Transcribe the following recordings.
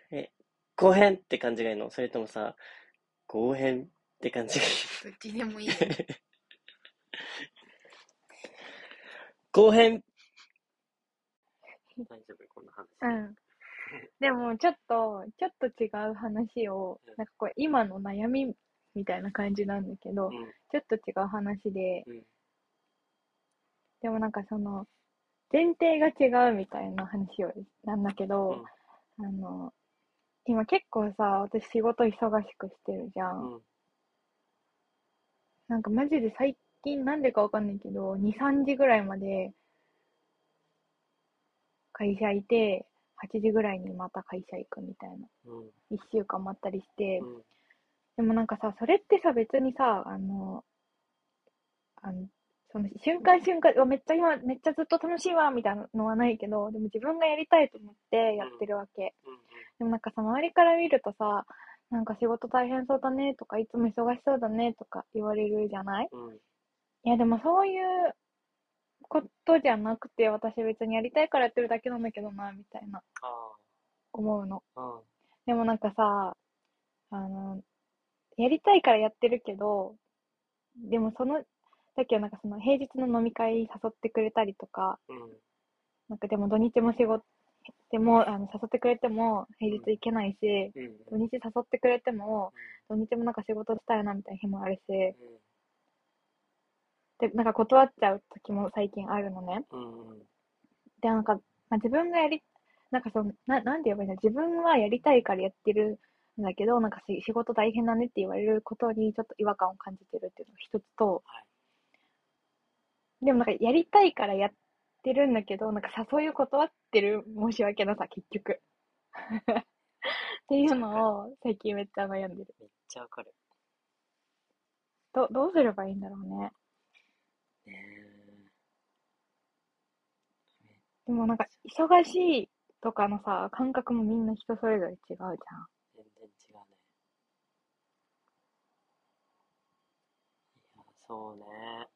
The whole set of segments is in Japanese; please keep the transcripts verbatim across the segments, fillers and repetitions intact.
え、後編って感じがいいの？それともさ、後編って感じがいい？ どっちでもいい。 後編。大丈夫こんな話。 うん。でも、ちょっと、ちょっと違う話を、 うんなんかこれ、今の悩みみたいな感じなんだけど、 うん。 ちょっと違う話で、 うん。 でもなんかその、前提が違うみたいな話を、なんだけど、 うん。 あの、今結構さ、私仕事忙しくしてるじゃん。 うん。 なんかマジで最近なんでかわかんないけど、に、さんじぐらいまで会社いて、はちじぐらいにまた会社行くみたいな。 うん。 いっしゅうかん待ったりして。 うん。 でもなんかさ、それってさ、別にさ、あの、あの、その瞬間瞬間、うわめっちゃ今、めっちゃずっと楽しいわ、みたいなのはないけど、でも自分がやりたいと思ってやってるわけ。 うん。 でもなんかさ、周りから見るとさ、なんか仕事大変そうだねとか、いつも忙しそうだねとか言われるじゃない？ うん。 いやでもそういうことじゃなくて、私別にやりたいからやってるだけなんだけどな、みたいな、 あ思うの。 あ。うん。 でもなんかさ、あの、やりたいからやってるけど、でもその、だけどなんかその平日の飲み会誘ってくれたりとか、 うん。 なんかでも土日も仕事、でもあの誘ってくれても平うん。 日行けないし、 うん。 土日誘ってくれても、土日もなんか仕事したいなみたいな日もあるし、で、なんか断っちゃう時も最近あるのね。 うん。うん。 で、なんか、まあ、自分がやり、なんかその、な、なんて言えばいいんだ、自分はやりたいからやってるんだけど、なんかし仕事大変だねって言われることにちょっと違和感を感じてるっていうのが一つと、 はい。 でもなんかやりたいからやってるんだけど、なんか誘いを断ってる申し訳なさ、結局。っていうのを最近めっちゃ悩んでる。 めっちゃわかる。 ど、どうすればいいんだろうね。 ねえ。 でもなんか忙しいとかのさ、感覚もみんな人それぞれ違うじゃん。 全然違うね。いや、そうね。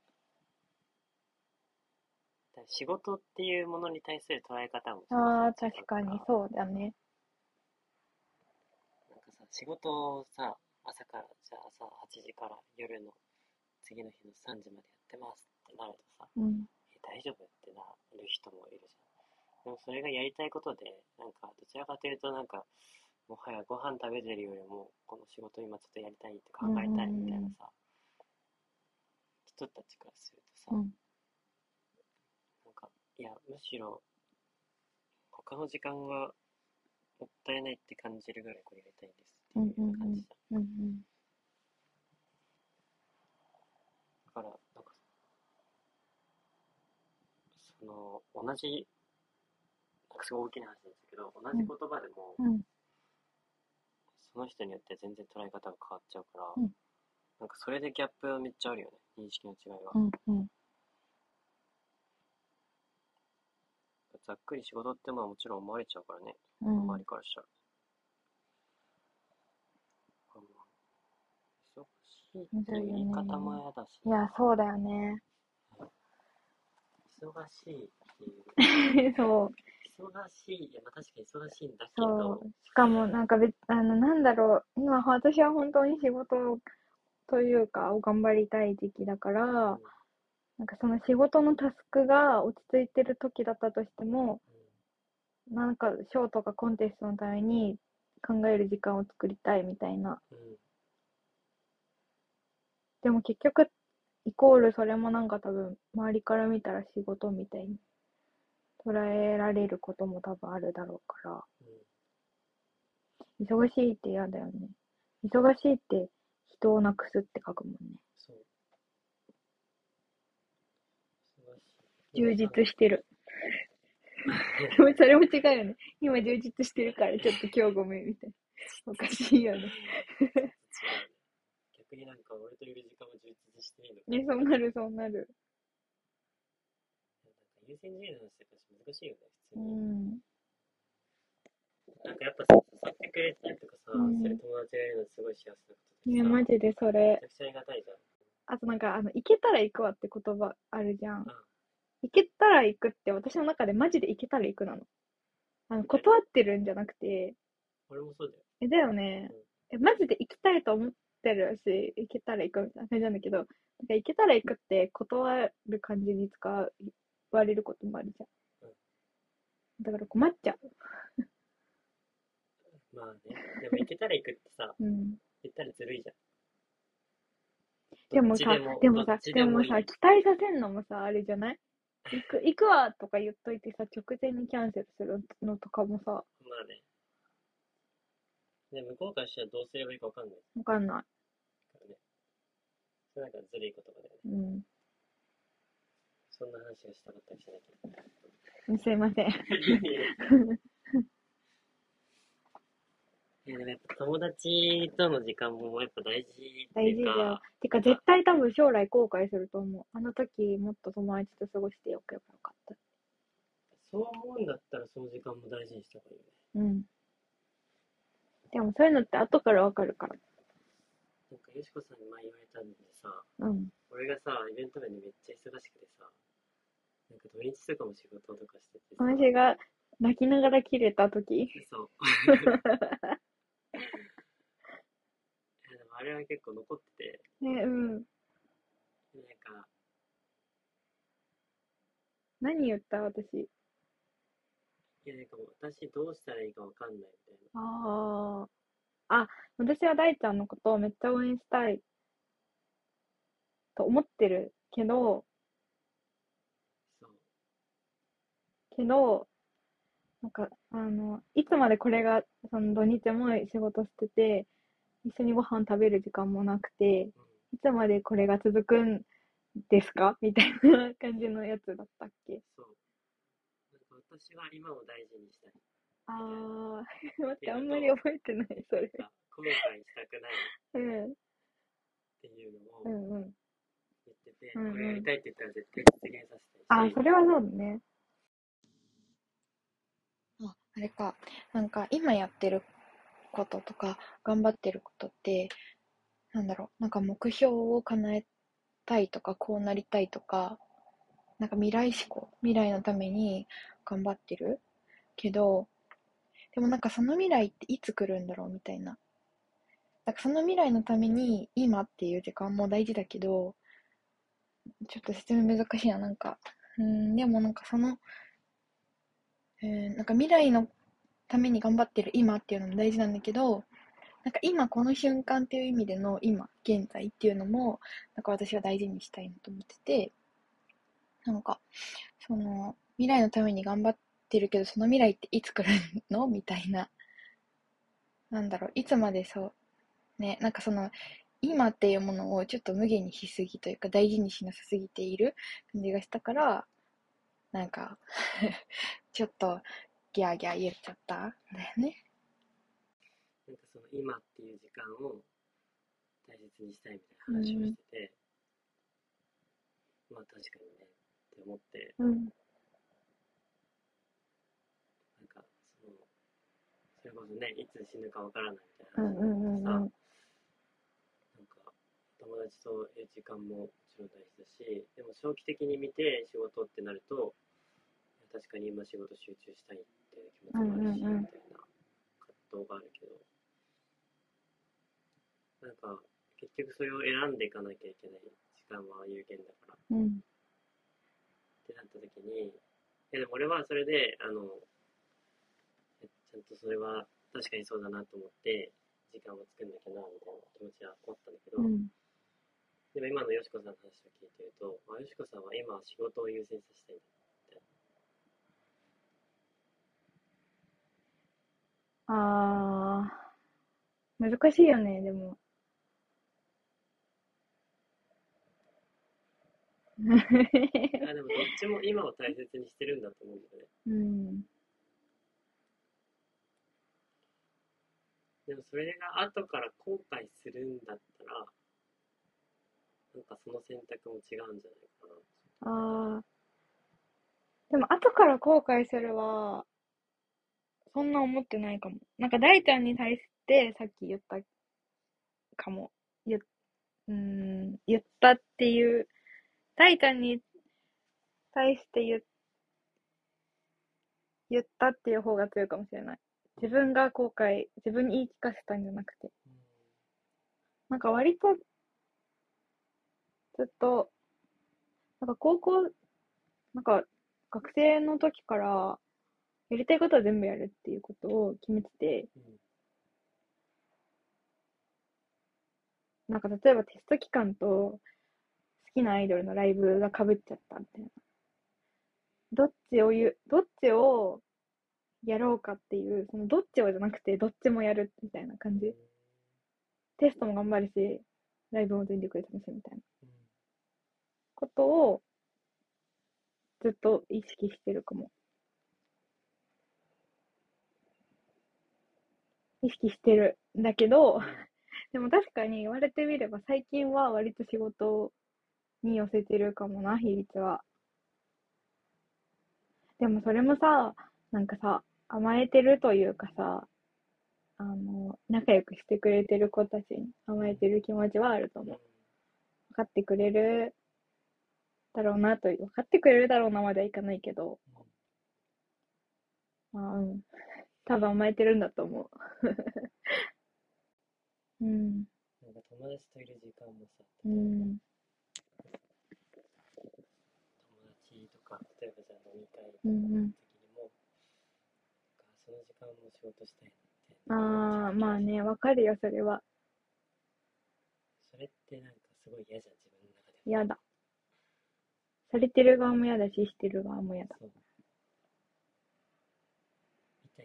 だ仕事っていうものに対する捉え方もそもそもああ、 違う確かにから、 そうだね。 なんかさ、仕事をさ、朝から、じゃあさ、はちじから夜の次の日のさんじまでやってますってなるとさ、 うん。 え、大丈夫ってなる人もいるじゃん。でもそれがやりたいことで、なんか、どちらかというとなんか、もはやご飯食べてるよりも、この仕事今ちょっとやりたいって考うんうえたいみたいなんさ、人たちからするとさ、 うん。うん。 なんか、いや、むしろ、他の時間がもったいないって感じるぐらいこれやりたいんですうんっていう感じうんじゃん。 うん。うんうん。 だから、なんか、その、同じ、なんかすごい大きな話なんですけど、同じ言葉でも、 うん。 その人によって全然捉え方が変わっちゃうから、 うん。 なんかそれでギャップめっちゃあるよね、認識の違いが。 うん。うん。 ざっくり仕事ってまあもちろん思われちゃうからね、周うん。 りからしたら。あの忙しいっていうむずいよ言い方もね。 嫌だし、 いや、そうだよね。 忙しいっていう、 そう。 忙しい、いやまあ確かに忙しいんだけど、 そう。しかもなんか別、あの、なんだろう。今、私は本当に仕事というか、を頑張りたい時期だから、 うん、 なんかその仕事のタスクが落ち着いてる時だったとしても、なんかショーとかコンテストのために考える時間を作りたいみたいな。 うん、うん、 でも結局、イコールそれもなんか多分、周りから見たら仕事みたいに捉えられることも多分あるだろうから、 うん、 忙しいって嫌だよね。忙しいって人をなくすって書くもんね。 そう、忙しい。でも充さ、 実してる。でもそれも違うよね。今充実してるからちょっと今日ごめんみたいな。おかしいよね。 違うね。逆になんか俺といる時間も充実していいのかね、 って感じ。 そうなる、そうなる。 なんか優先順位の話って難しいよね、普う通に。 ん。 なんかやっぱさ、誘ってくれたりとかさ、するうん。 友達がいるのすごい幸せなことだしね、 さ、 マジでそれ。 めちゃくちゃありがたいじゃん。 あとなんか、あの、行けたら行くわって言葉あるじゃん。 うん、 行けたら行くって私の中でマジで行けたら行くなの。あの、 わかる。 断ってるんじゃなくて、 俺もそうだよ。 え、だよね。え、マジで行きたいと思ってるし、行けたら行くみたいな感じなんだけど、なんか行けたら行くって断る感じに使われることもあるじゃうんん。だから困っちゃまあね。でも行けたら行くってさ、 う。うん。 言ったらずるいじゃん。どっでもさ、 ちでも、 でもさ、 どっちでもさ、 でもいい。 期待させんのもさ、あれじゃない？行く、行くわとか言っといてさ、直前にキャンセルするのとかもさ、 まあね。で、向こうからしたらどうすればいいかわかんないわかんなからね。それなんかずるい言葉だよね。 い。うん。 そんな話がしたかったりしないけど。 すいません。 いやでもやっぱ友達との時間もやっぱ大事っていう大事だよ。 か、 てか、絶対多分将来後悔すると思う。あの時もっと友達と過ごしておけばよかった。 そう思うんだったらその時間も大事にした方がいいよね。 うん。でもそういうのって後からわかるから。 なんかよしこさんに前言われたんでさ、 うん。 俺がさ、イベント面でめっちゃ忙しくてさ、なんか土日とかも仕事とかしててさ、 私が泣きながら切れた時。 そう。いやでもあれは結構残ってて、 ね、うん。 なんか、 何言った私。 いやなんかもう私どうしたらいいかわかんないみたいな。 ああ。あ、私は大ちゃんのことをめっちゃ応援したいと思ってるけど、 そう。 けど、なんか、あの、いつまでこれが、その土日も仕事してて、一緒にご飯食べる時間もなくて、 うん。 いつまでこれが続くんですかみたいな感じのやつだったっけ？ そう。なんか私は今を大事にしたいあみたいな。 ー、待っって、あんていうのと、 まり覚えてない、それ。 なんか後悔したくないっうん、 ていうのをうん、うん、 言ってて、 うん、 これやうん。 りたいって言ったら絶対実現させたあー、 いし、 それはそうだね。あ、あれか。なんか、今やってることとか、頑張ってることって、なんだろう、なんか目標を叶えたいとか、こうなりたいとか、なんか未来志向、未来のために頑張ってるけど、でもなんかその未来っていつ来るんだろうみたいな。なんかその未来のために今っていう時間も大事だけど、ちょっと説明難しいな、なんか。うん、でもなんかその、えーなんか未来のために頑張ってる今っていうのも大事なんだけど、なんか今この瞬間っていう意味での今、現在っていうのも、なんか私は大事にしたいなと思ってて、なんか、その、未来のために頑張ってるけど、その未来っていつ来るのみたいな。なんだろう、いつまでそう、ね、なんかその、今っていうものをちょっと無限にしすぎというか、大事にしなさすぎている感じがしたから、なんかちょっと、ギャーギャー言っちゃったんだよね。 なんかその今っていう時間を大切にしたいみたいな話をしうん、 てて、まあ確かにねって思って、 うん、 なんかその、それこそね、いつ死ぬかわからないみたいうん、 な話になってさ、 うん、うん。 なんか友達といる時間ももちろん大事だし、でも長期的に見て仕事ってなると、確かに今仕事集中したいっていう気持うん、 ちもあるし、 うん、うん。 みたいな葛藤があるけど、なんか結局それを選んでいかなきゃいけない時間は有限だからうん、 ってなった時に、いやでも俺はそれで、あの、ちゃんとそれは確かにそうだなと思って、時間を作んなきゃな、みたいな気持ちは思ったんだけど、 うん。 でも今のよしこさんの話を聞いてると、まあ、よしこさんは今は仕事を優先させたいんだって。 あー、難しいよね、でも。 あ、でもどっちも今を大切にしてるんだと思うんだよね。 うん、 でもそれが後から後悔するんだったら、なんかその選択も違うんじゃないかな。 あー、でも後から後悔するは、そんな思ってないかも。なんか大ちゃんに対してさっき言ったかも。言、うーん、言ったっていう、大ちゃんに対して言、言ったっていう方が強いかもしれない。 自分が後悔、自分に言い聞かせたんじゃなくて。 うんなんか割と、ずっと、なんか高校、なんか学生の時から、やりたいことは全部やるっていうことを決めてて、 うんなんか例えばテスト期間と好きなアイドルのライブが被っちゃったみたいな。どっちを言う、どっちをやろうかっていう、そのどっちをじゃなくてどっちもやるみたいな感じ。テストも頑張るし、ライブも全力で楽しむみたいなうんことをずっと意識してるかも。意識してるんだけど、でも確かに言われてみれば最近は割と仕事に寄せてるかもな、比率は。でもそれもさ、なんかさ、甘えてるというかさ、あの、仲良くしてくれてる子たちに甘えてる気持ちはあると思う。分かってくれるだろうなと、分かってくれるだろうなまではいかないけど、まあ、うん。多分甘えてるんだと思う。うん。 なんか友達といる時間もさ、 う例えばん。 友達とか、例えばじゃあ飲み会とかうんうん。 の時にも、なんかその時間も仕事したいなって思っちゃああ、 うまあね、わかるよ、それは。 それってなんかすごい嫌じゃん、自分の中でも。 嫌だ。されてる側も嫌だし、してる側も嫌だ。 そう。みたい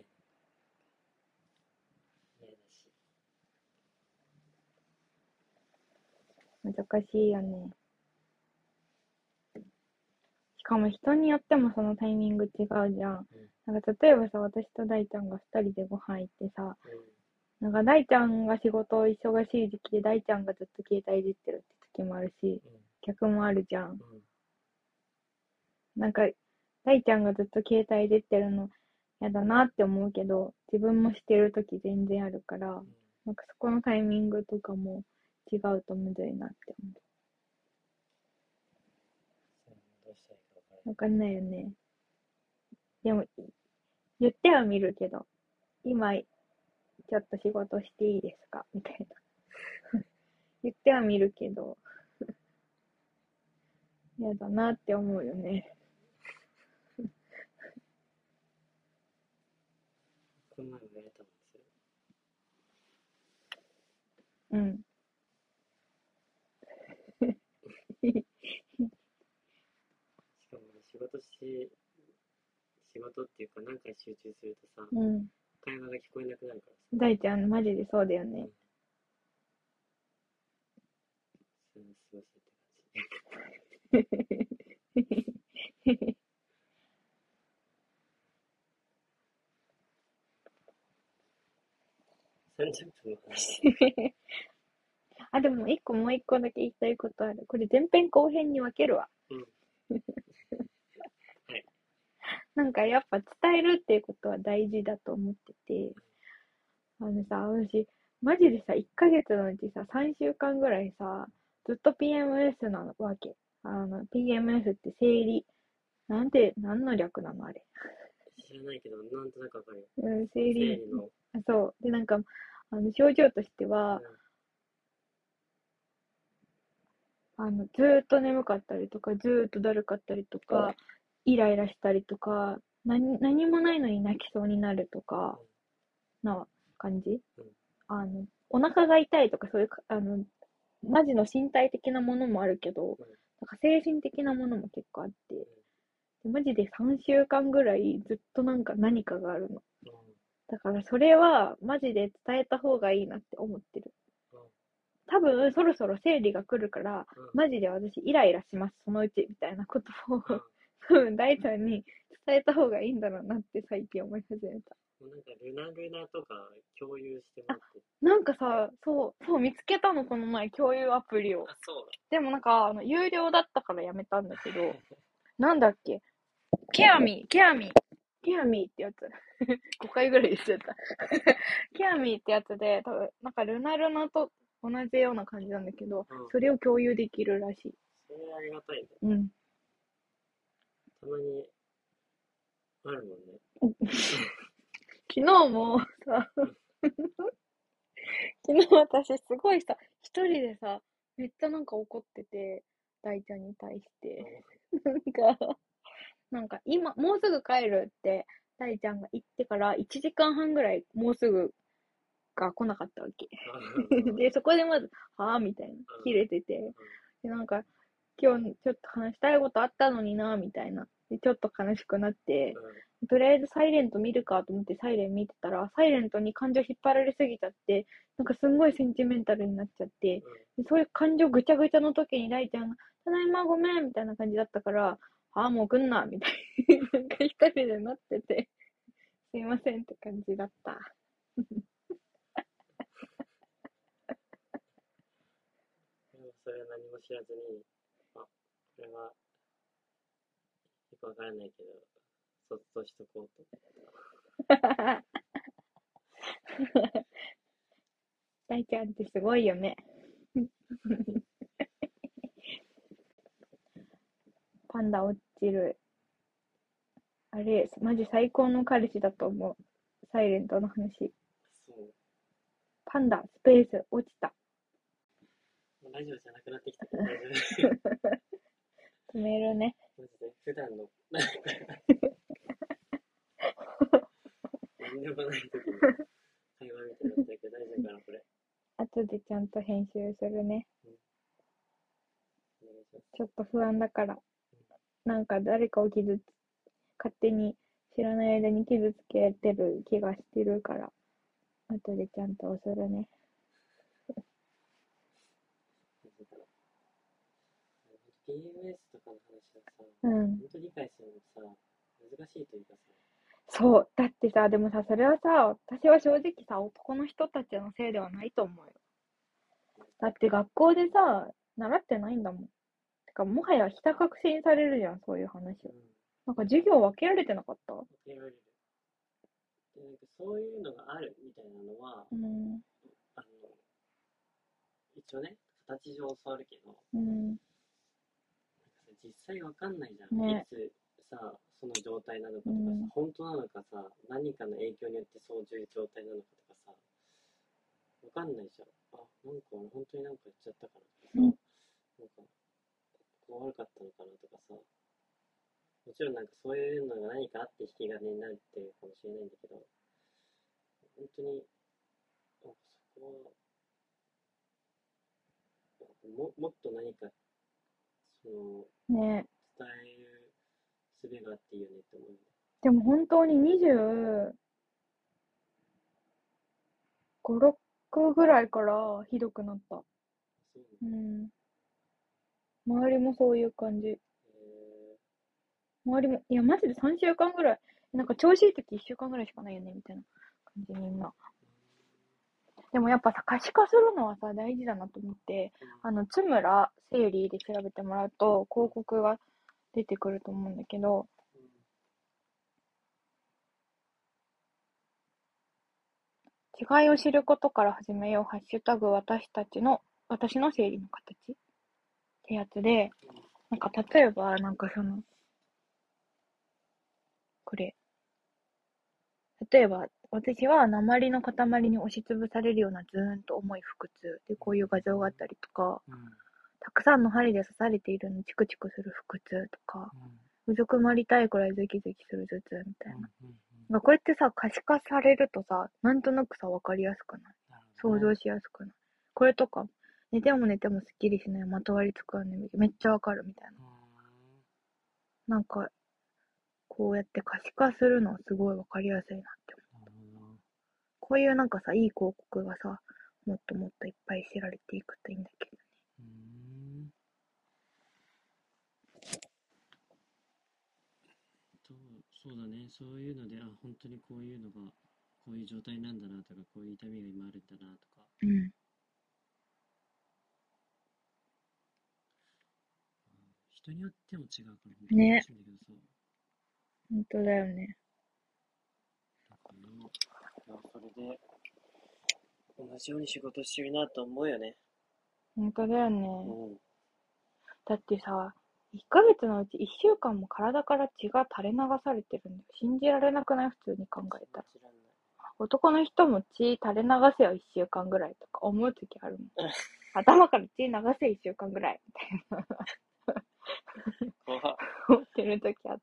な。嫌だし。 難しいよね。しかも人によってもそのタイミング違うじゃん。 うん。 なんか例えばさ、私と大ちゃんが二人でご飯行ってさ、 うん。 なんか大ちゃんが仕事忙しい時期で大ちゃんがずっと携帯いじってるって時もあるし、 うん。 逆もあるじゃん。 うん。 なんか、大ちゃんがずっと携帯いじってるの嫌だなって思うけど、自分もしてる時全然あるから、 うん。 なんかそこのタイミングとかも違うとむずいなって思そういうのどうしたらいいか分からう。わかんないよね。でも、言ってはみるけど、今、ちょっと仕事していいですかみたいな。言ってはみるけど、嫌だなって思うよね。 この前も言われたもんですよ。 うん。 しかも仕事し、仕事っていうか何かに集中するとさ、 うん。 会話が聞こえなくなるからさ。 大ちゃん、マジでそうだよね。 うん。過ごすって感じ。さんじゅっぷんの話。 あ、でも一個もう一個だけ言いたいことある。これ前編後編に分けるわ。 うん。はい。 なんかやっぱ伝えるっていうことは大事だと思ってて、あのさ、私、マジでさ、いっかげつのうちさ、さんしゅうかんぐらいさ、ずっと ピーエムエス なわけ。あの、ピーエムエス って生理、なんて、何の略なのあれ。 知らないけど、なんとなくわかるよ。 うん、生生理、 理の。 あ、そう。で、なんか、あの、症状としては、あの、ずーっと眠かったりとか、ずーっとだるかったりとか、イライラしたりとか、何、何もないのに泣きそうになるとか、な感じ。 うん。 あの、お腹が痛いとか、そういうか、あの、マジの身体的なものもあるけど、 うん。 なんか精神的なものも結構あって、マジでさんしゅうかんぐらいずっとなんか何かがあるの。 うん。 だからそれはマジで伝えた方がいいなって思ってる。 うん。 多分そろそろ生理が来るから、 うん。 マジで私イライラします、そのうち、みたいなことを、 うん。 多分大ちゃんに伝えた方がいいんだろうなって最近思い始めた。 もうなんかルナルナとか共有してもらあ、 って。 なんかさ、そう、そう見つけたの、この前、共有アプリを。 あ、そうでもなんか、あの、有料だったからやめたんだけど、なんだっけ、ケアミー、ケアミー、ケアミーってやつ。ごかいぐらい言っちゃった。ケアミーってやつで、多分なんかルナルナと同じような感じなんだけど、 だ。うん。 それを共有できるらしい。 それありがたいね。 うん。 たまにあるもんね。 昨日もさ、昨日私すごいさ、一人でさ、めっちゃなんか怒ってて、大ちゃんに対して。なんか、なんか今、もうすぐ帰るって、大ちゃんが言ってからいちじかんはんぐらい、もうすぐが来なかったわけ。で、そこでまず、はぁみたいな、切れてて、で、なんか、今日ちょっと話したいことあったのにな、みたいな。で、ちょっと悲しくなって、とりあえずサイレント見るかと思ってサイレン見てたら、サイレントに感情引っ張られすぎちゃって、なんかすんごいセンチメンタルになっちゃって、でそういう感情ぐちゃぐちゃの時に大ちゃんが、ただいまごめんみたいな感じだったから、ああ、もう来んな、みたいな。なんか一人でなってて、すいませんって感じだった。 それは何も知らずに、あ、これはよくわからないけど、そっとしとこうと。 大ちゃんってすごいよね。パンダ落ちる。あれ、マジ最高の彼氏だと思う。サイレントの話。 そう。 パンダ、スペース、落ちた。 もうラジオじゃなくなってきたから大丈夫。 止めるね。 マジで、普段の、なんでもない時の会話みたいになったけど大丈夫かな、これ。 後でちゃんと編集するね。 うん、お願いします。 ちょっと不安だから。なんか誰かを傷つ、勝手に知らない間に傷つけてる気がしてるから。後でちゃんとするね。 ピーエムエス とかの話はさ、 うん。 本当理解するのさ、難しいというかさ。 そう。だってさ、でもさ、それはさ、私は正直さ、男の人たちのせいではないと思うよ。だって学校でさ、習ってないんだもん。てか、もはやひた隠しにされるじゃん、そういう話を。 うん、 なんか授業分けられてなかった？ 分けられる。で、なんかそういうのがあるみたいなのは、 うん。 あの、一応ね、形上教わるけど、 うん。 実際わかんないじゃん。 ね。 いつさ、その状態なのかとかさ、 うん。 本当なのかさ、何かの影響によってそういう状態なのかとかさ、わかんないじゃん。あ、なんか俺本当になんか言っちゃったかなとかさ、 うん。 なんか、こう悪かったのかなとかさ、もちろんなんかそういうのが何かあって引き金になってるかもしれないんだけど、本当に、あ、そこは、ももっと何か、その、 ね。 伝える術があっていいよねって思う。 でも本当ににじゅうご、ろくぐらいからひどくなった。 そううん。周りもそういう感じ。 え周りも、いや、マジでさんしゅうかんぐらい。なんか調子いい時いっしゅうかんぐらいしかないよね、みたいな感じみんな。でもやっぱさ、可視化するのはさ、大事だなと思って、あの、津村整理で調べてもらうと、広告が出てくると思うんだけど、違いを知ることから始めよう、ハッシュタグ私たちの、私の整理の形ってやつで、なんか例えば、なんかその、これ、例えば、私は鉛の塊に押しつぶされるようなずーんと重い腹痛で、こういう画像があったりとか、 ー、うんたくさんの針で刺されているのにチクチクする腹痛とか、 うんうずくまりたいくらいズキズキする頭痛みたいな。 うんうんまあこれってさ、可視化されるとさ、なんとなくさ、わかりやすくない？ なるほどね想像しやすくない？これとか、寝ても寝てもすっきりしない、まとわりつくよね、めっちゃわかるみたいな。 うなんか、こうやって可視化するのはすごいわかりやすいなって思う。 ーんなるほどこういうなんかさ、いい広告がさ、もっともっといっぱい知られていくといいんだけど。 うーんとそうだね、そういうので、あ、本当にこういうのがこういう状態なんだなとか、こういう痛みが今あるんだなとか、 うん。 人によっても違うから本当難ね。 しいんだけどさ、 ほんとだよね。 なんかね、まあそれで同じように仕事してるなと思うよね。 ほんとだようね。 ん。 だってさ、いっかげつのうちいっしゅうかんも体から血が垂れ流されてるんだよ。信じられなくない？普通に考えたら。 信じらんない。 男の人も血垂れ流せよ一週間ぐらいとか思うときあるもん。頭から血流せ一週間ぐらいみたいな怖っ思ってるときあった。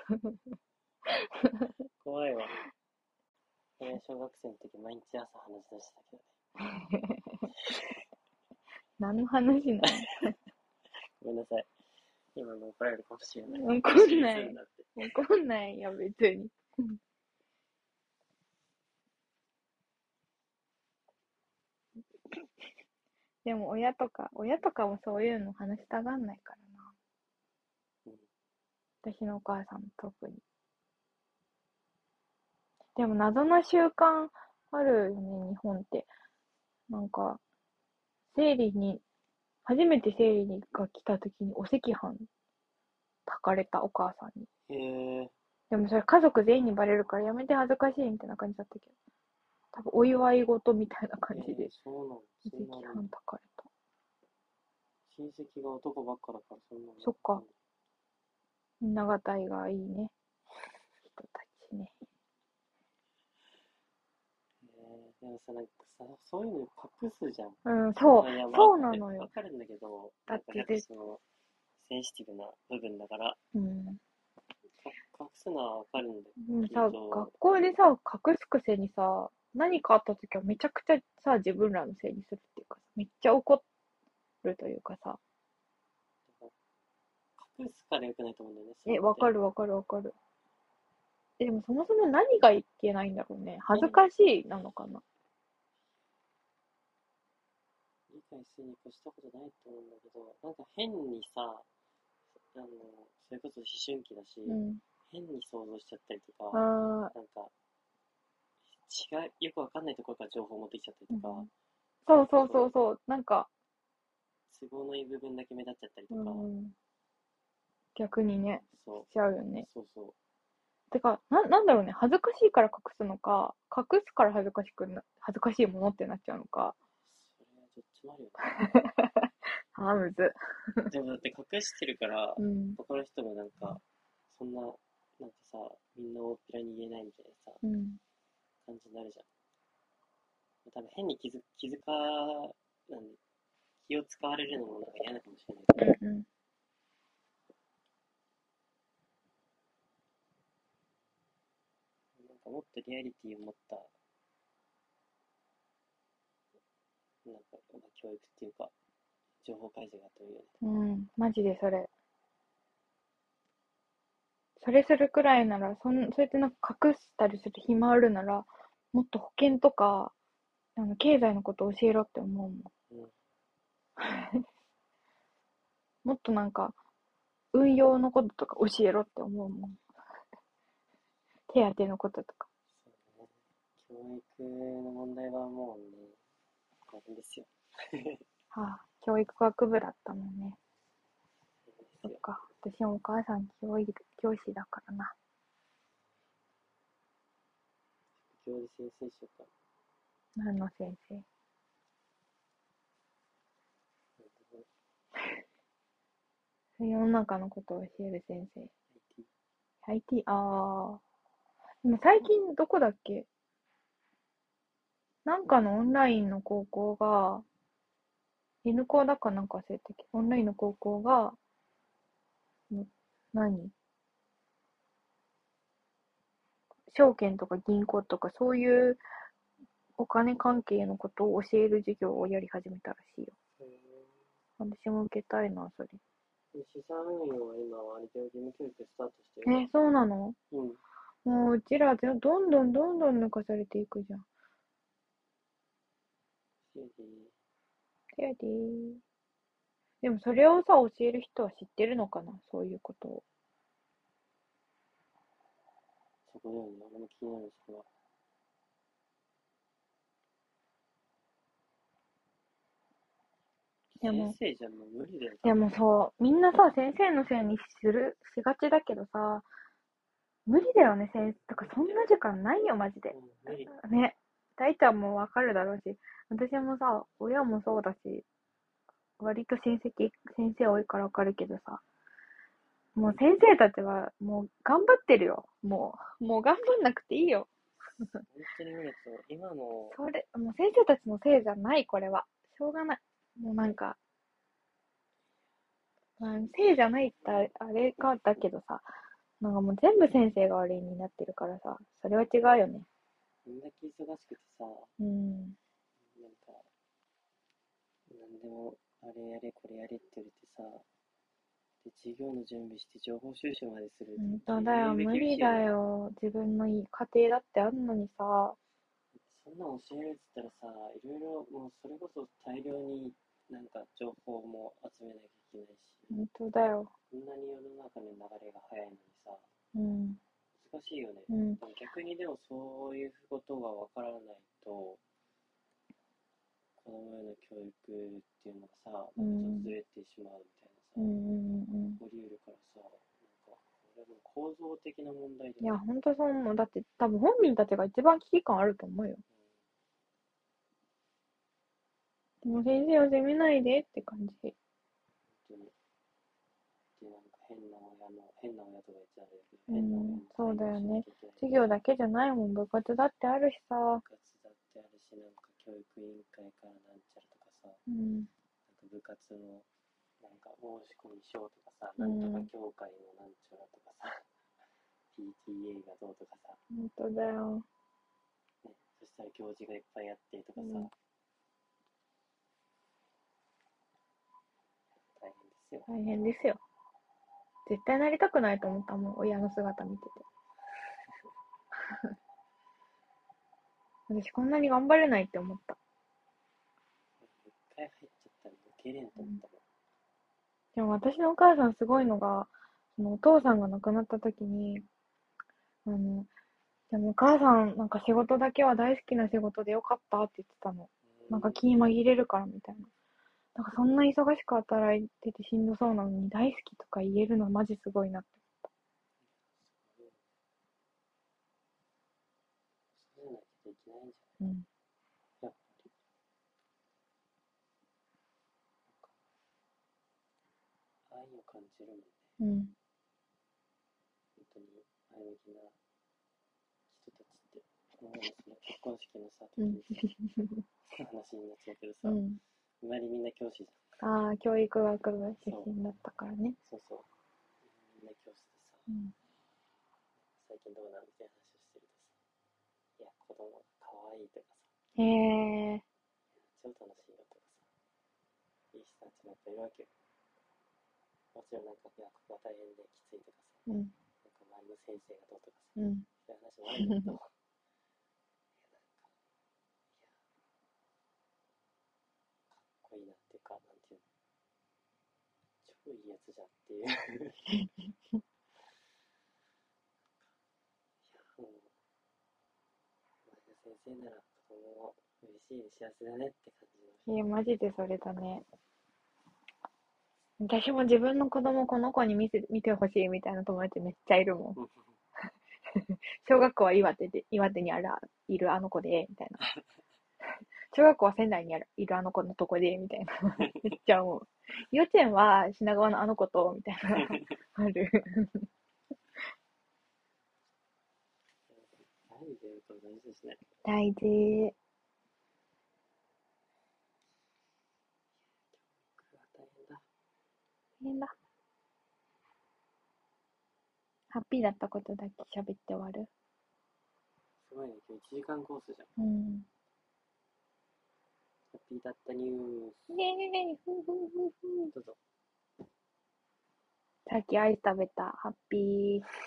怖いわ。俺小学生の時毎日朝話し出したけどね。 何の話なのごめんなさい。今の怒られるかもしれない。 怒んない失礼するんだって。 怒んないよ、別に。でも親とか、親とかもそういうの話したがんないからな。 うん私のお母さんも特に。でも謎な習慣あるよね、日本って。なんか、生理に、初めて生理にが来た時にお赤飯炊かれたお母さんに。 へえ。 でもそれ家族全員にバレるからやめて恥ずかしいみたいな感じだったけど。多分お祝い事みたいな感じで、 えー、そうなの。 お赤飯炊かれた。 親戚が男ばっかだからそんなの。 そっか。みんながたいがいいね。人たちね。 えー、でもさ、なんかさ、そういうの隠すじゃん。 うん、そう、 いや、まあそうなのよわ。かるんだけど、 だってなんかやっぱその、センシティブな部分だから、 うん。 か隠すのはわかるんだでもけど、 さ、学校でさ、隠すくせにさ、何かあった時はめちゃくちゃさ、自分らのせいにするっていうか、めっちゃ怒るというかさ。 隠すから良くないと思うんだよね。 え、わかる。 るわかるわかる。えでもそもそも何がいけないんだろうね。恥ずかしいなのかな。 理解するに越したことないと思うんだけど、なんか変にさ、あの、それこそ思春期だし、 うん。 変に想像しちゃったりとか、 あなんか、違う、よくわかんないところから情報を持ってきちゃったりとか、 うんそうそうそうそう。なんか、 都合のいい部分だけ目立っちゃったりとうか、 ん、逆にね、 そしちゃうよね。 う、そうそう。 てか、な、なんだろうね。恥ずかしいから隠すのか、隠すから恥ずかしくな、恥ずかしいものってなっちゃうのか。 それはどっちもあるよね。 あーむず。 でもだって隠してるから、 うん。 他の人もなんか、そんな、なんかさ、みんな大っぴらに言えないみたいなさ、 うん。 感じになるじゃん。多分変に気づ気づか、なん気を使われるのもなんか嫌なかもしれないけど、 うんうん。 なんかもっとリアリティを持った、なんか、まあ、教育っていうか、情報開示があってもいいよね。 うん。マジでそれ。それするくらいなら、そん、そうやってなんか隠したりする暇あるなら、もっと保険とか、あの、経済のこと教えろって思うもん。 うん。 もっとなんか、運用のこととか教えろって思うもん。手当のこととか。 そうね。教育の問題はもうね、大変ですよ。 はあ、教育学部だったもんね。そ大変ですよ。 っか。私もお母さん教育、教師だからな。 副教で先生しようか何の先生？ な。 世の中のことを教える先生。アイティー、ああ。でも最近どこだっけ？なんかのオンラインの高校が、N 校だかなんか忘れたけど、オンラインの高校が、ん何証券とか銀行とかそういうお金関係のことを教える授業をやり始めたらしいよ。私も受けたいな、それ。 資産運用は今割と義務教育スタートしてる。 え、そうなの？ うん。 もううちらどんどんどんどん抜かされていくじゃん。 せいでせやでー。でもそれをさ、教える人は知ってるのかな、そういうことを。 そこだよね。俺も気になる、そこは。 でも、 先生じゃもう無理だよ。 でもそう、みんなさ、先生のせいにする、しがちだけどさ、無理だよね、先生。とかそんな時間ないよ、マジで。 うん、無理。 ね。大ちゃんもわかるだろうし、私もさ、親もそうだし、割と親戚、先生多いからわかるけどさ、もう先生たちはもう頑張ってるよ。もう、もう頑張んなくていいよ。 本当に無理そう。今の、 それ、もう先生たちのせいじゃない、これは。しょうがない。もうなんか、まあ、せいじゃないってあれあれか、だけどさ、なんかもう全部先生が悪いになってるからさ、それは違うよね。 こんだけ忙しくてさ、 うん。 なんか、なんでも、あれやれ、これやれって言われてさ、で、授業の準備して情報収集までするって本当だよ、 だいぶ無理だ厳しいよね。 よ。自分のいい家庭だってあるのにさ、 そんなの教えるって言ったらさ、いろいろ、もうそれこそ大量になんか情報も集めなきゃいけないし、 本当だよ。 こんなに世の中の流れが早いのにさ、 うん。 難しいよね。 うん。 でも逆にでもそういうことがわからないと、子供への教育っていうのがさ、なんかちょっとずれてしまうみたいうん。うなさ、 ん。うん。 起こりうるからさ、なんか、これも構造的な問題いや、 だよね。 ほんとそう思う。だって多分本人たちが一番危機感あると思うよ。もう先生を責めないでって感じ。 本当に。で、なんか変な親の、変な親とか言っちゃあれだけど、 う変な親ん、 のそうだ対応よね。 しなきゃいけない授しさ、 業だけじゃないもん。部活だってあるしさ。 部活だってあるし、なんか教育委員会からなんちゃらとかさ、 うん。 なんか部活のなんか申し込み書とかさ、なんとかうん。 協会のなんちゃらとかさ、ピーティーエー がどうとかさ、 ほんとだよ。 ね、そしたら行事がいっぱいあってとかさ、 うん。 大変ですよ。 大変ですよ。絶対なりたくないと思ったもん。親の姿見てて。私こんなに頑張れないって思った。 一回入っちゃったら抜けれんと思ったもん。 でも私のお母さんすごいのが、そのお父さんが亡くなった時に、あの、でもお母さんなんか仕事だけは大好きな仕事でよかったって言ってたの。なんか気紛れるからみたいな。なんかそんな忙しく働いててしんどそうなのに大好きとか言えるのマジすごいなって。 そうじゃないといけないんじうん。 ゃない、やっぱり。愛を感じるもんね。 うん。 本当に前向きな人たちって。もうその結婚式のさ、 うん。 時にさ、話になっちゃうけどさ、 うん。 周りみんな教師じああ、教育学部ゃん。 出そう、 身だったからね。 そうそう。みんな教師でさ、 うん。 最近どうなんみたいな話をしてるとさ、いや、子供が可愛いとかさ、 へえ。 超楽しいよとかさ、いい人たちもやっぱいるわけよ。もちろんなんか、いや、ここは大変できついとかさ、 うん。 なんか周りの先生がどうとかさ、 うん。 そういう話もあるんだけど、いや、なんか、いや、かっこいいなっていうか、なんていうの、超いいやつじゃんっていう。いや、もう、前の先生なら子供嬉しい、幸せだねって感じのいや、 人。 マジでそれだね。私も自分の子供この子に見せ、見てほしいみたいな友達めっちゃいるもん。小学校は岩手で、岩手にある、いるあの子で、みたいな。小学校は仙台にある、いるあの子のとこで、みたいな。めっちゃ思う。幼稚園は品川のあの子と、みたいな。ある。 何で言うか大事ですね。 大事。 僕は大変だ。 変だ。ハッピーだったことだけ喋って終わる。 すごいね、今日いちじかんコースじゃん。 うん。 ハッピーだったニュース。 イェーイふふふふどうぞ。 さっきアイス食べた。ハッピー。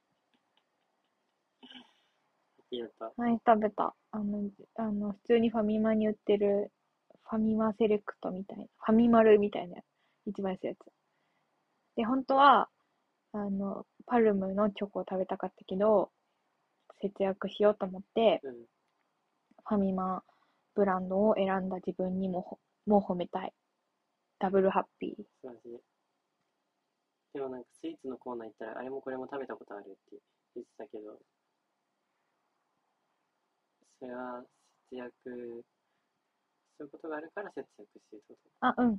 ハッピーだった。 アイス食べた。あの、あの、普通にファミマに売ってる、ファミマセレクトみたいな。ファミマルみたいなやつ。一番安いやつ。で、本当は、あの、パルムのチョコを食べたかったけど、節約しようと思って、 うん。 ファミマブランドを選んだ自分にも、もう褒めたい。ダブルハッピー。 素晴らしい。でもなんかスイーツのコーナー行ったら、あれもこれも食べたことあるって言ってたけど、それは節約、そういうことがあるから節約してるってこあ、うん。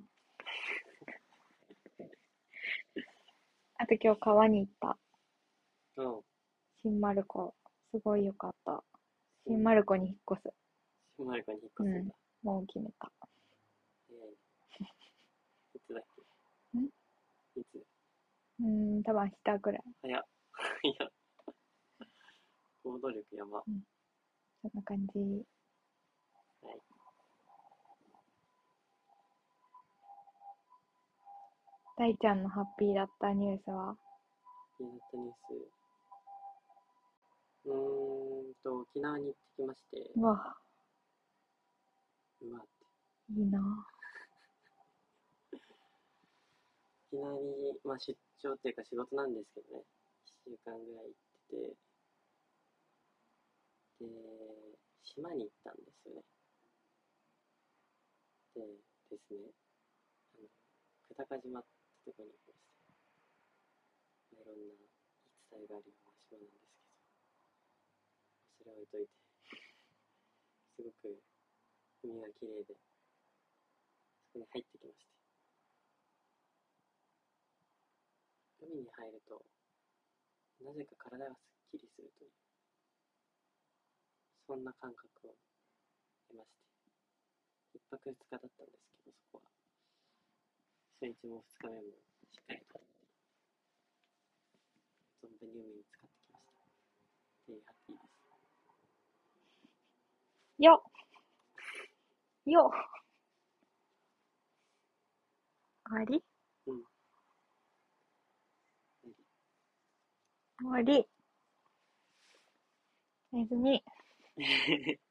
あと今日川に行った。 と。うん。 新丸子。すごいよかった。 新丸子に引っ越す。 新丸子に引っ越すんだ。 もう決めた。 早いね。いつだっんけ？いつ？ うーん、多分明日くらい。 早っ。いや、行動力やば。 うん。そんな感じ。 はい。 大ちゃんのハッピーだったニュースは？ ハッピーだったニュース。うーんと、沖縄に行ってきまして。 うわ、 うわって。 いいな。 沖縄に、まあ、出張っていうか仕事なんですけどね。いっしゅうかんぐらい行ってて、で、島に行ったんですよね。でですね、あの、久高島ってとこに行きました。いろんな言い伝えがあるような島なんですけど、それは置いといて、すごく海が綺麗で、そこに入ってきまして。海に入ると、なぜか体がすっきりするという、そんな感覚を得まして、一泊二日だったんですけど、そこは。初日も二日目もしっかりと、存分に海に使ってきました。で、ハッピーです。 よっよっ終わりうん。 終わり。おやすみ。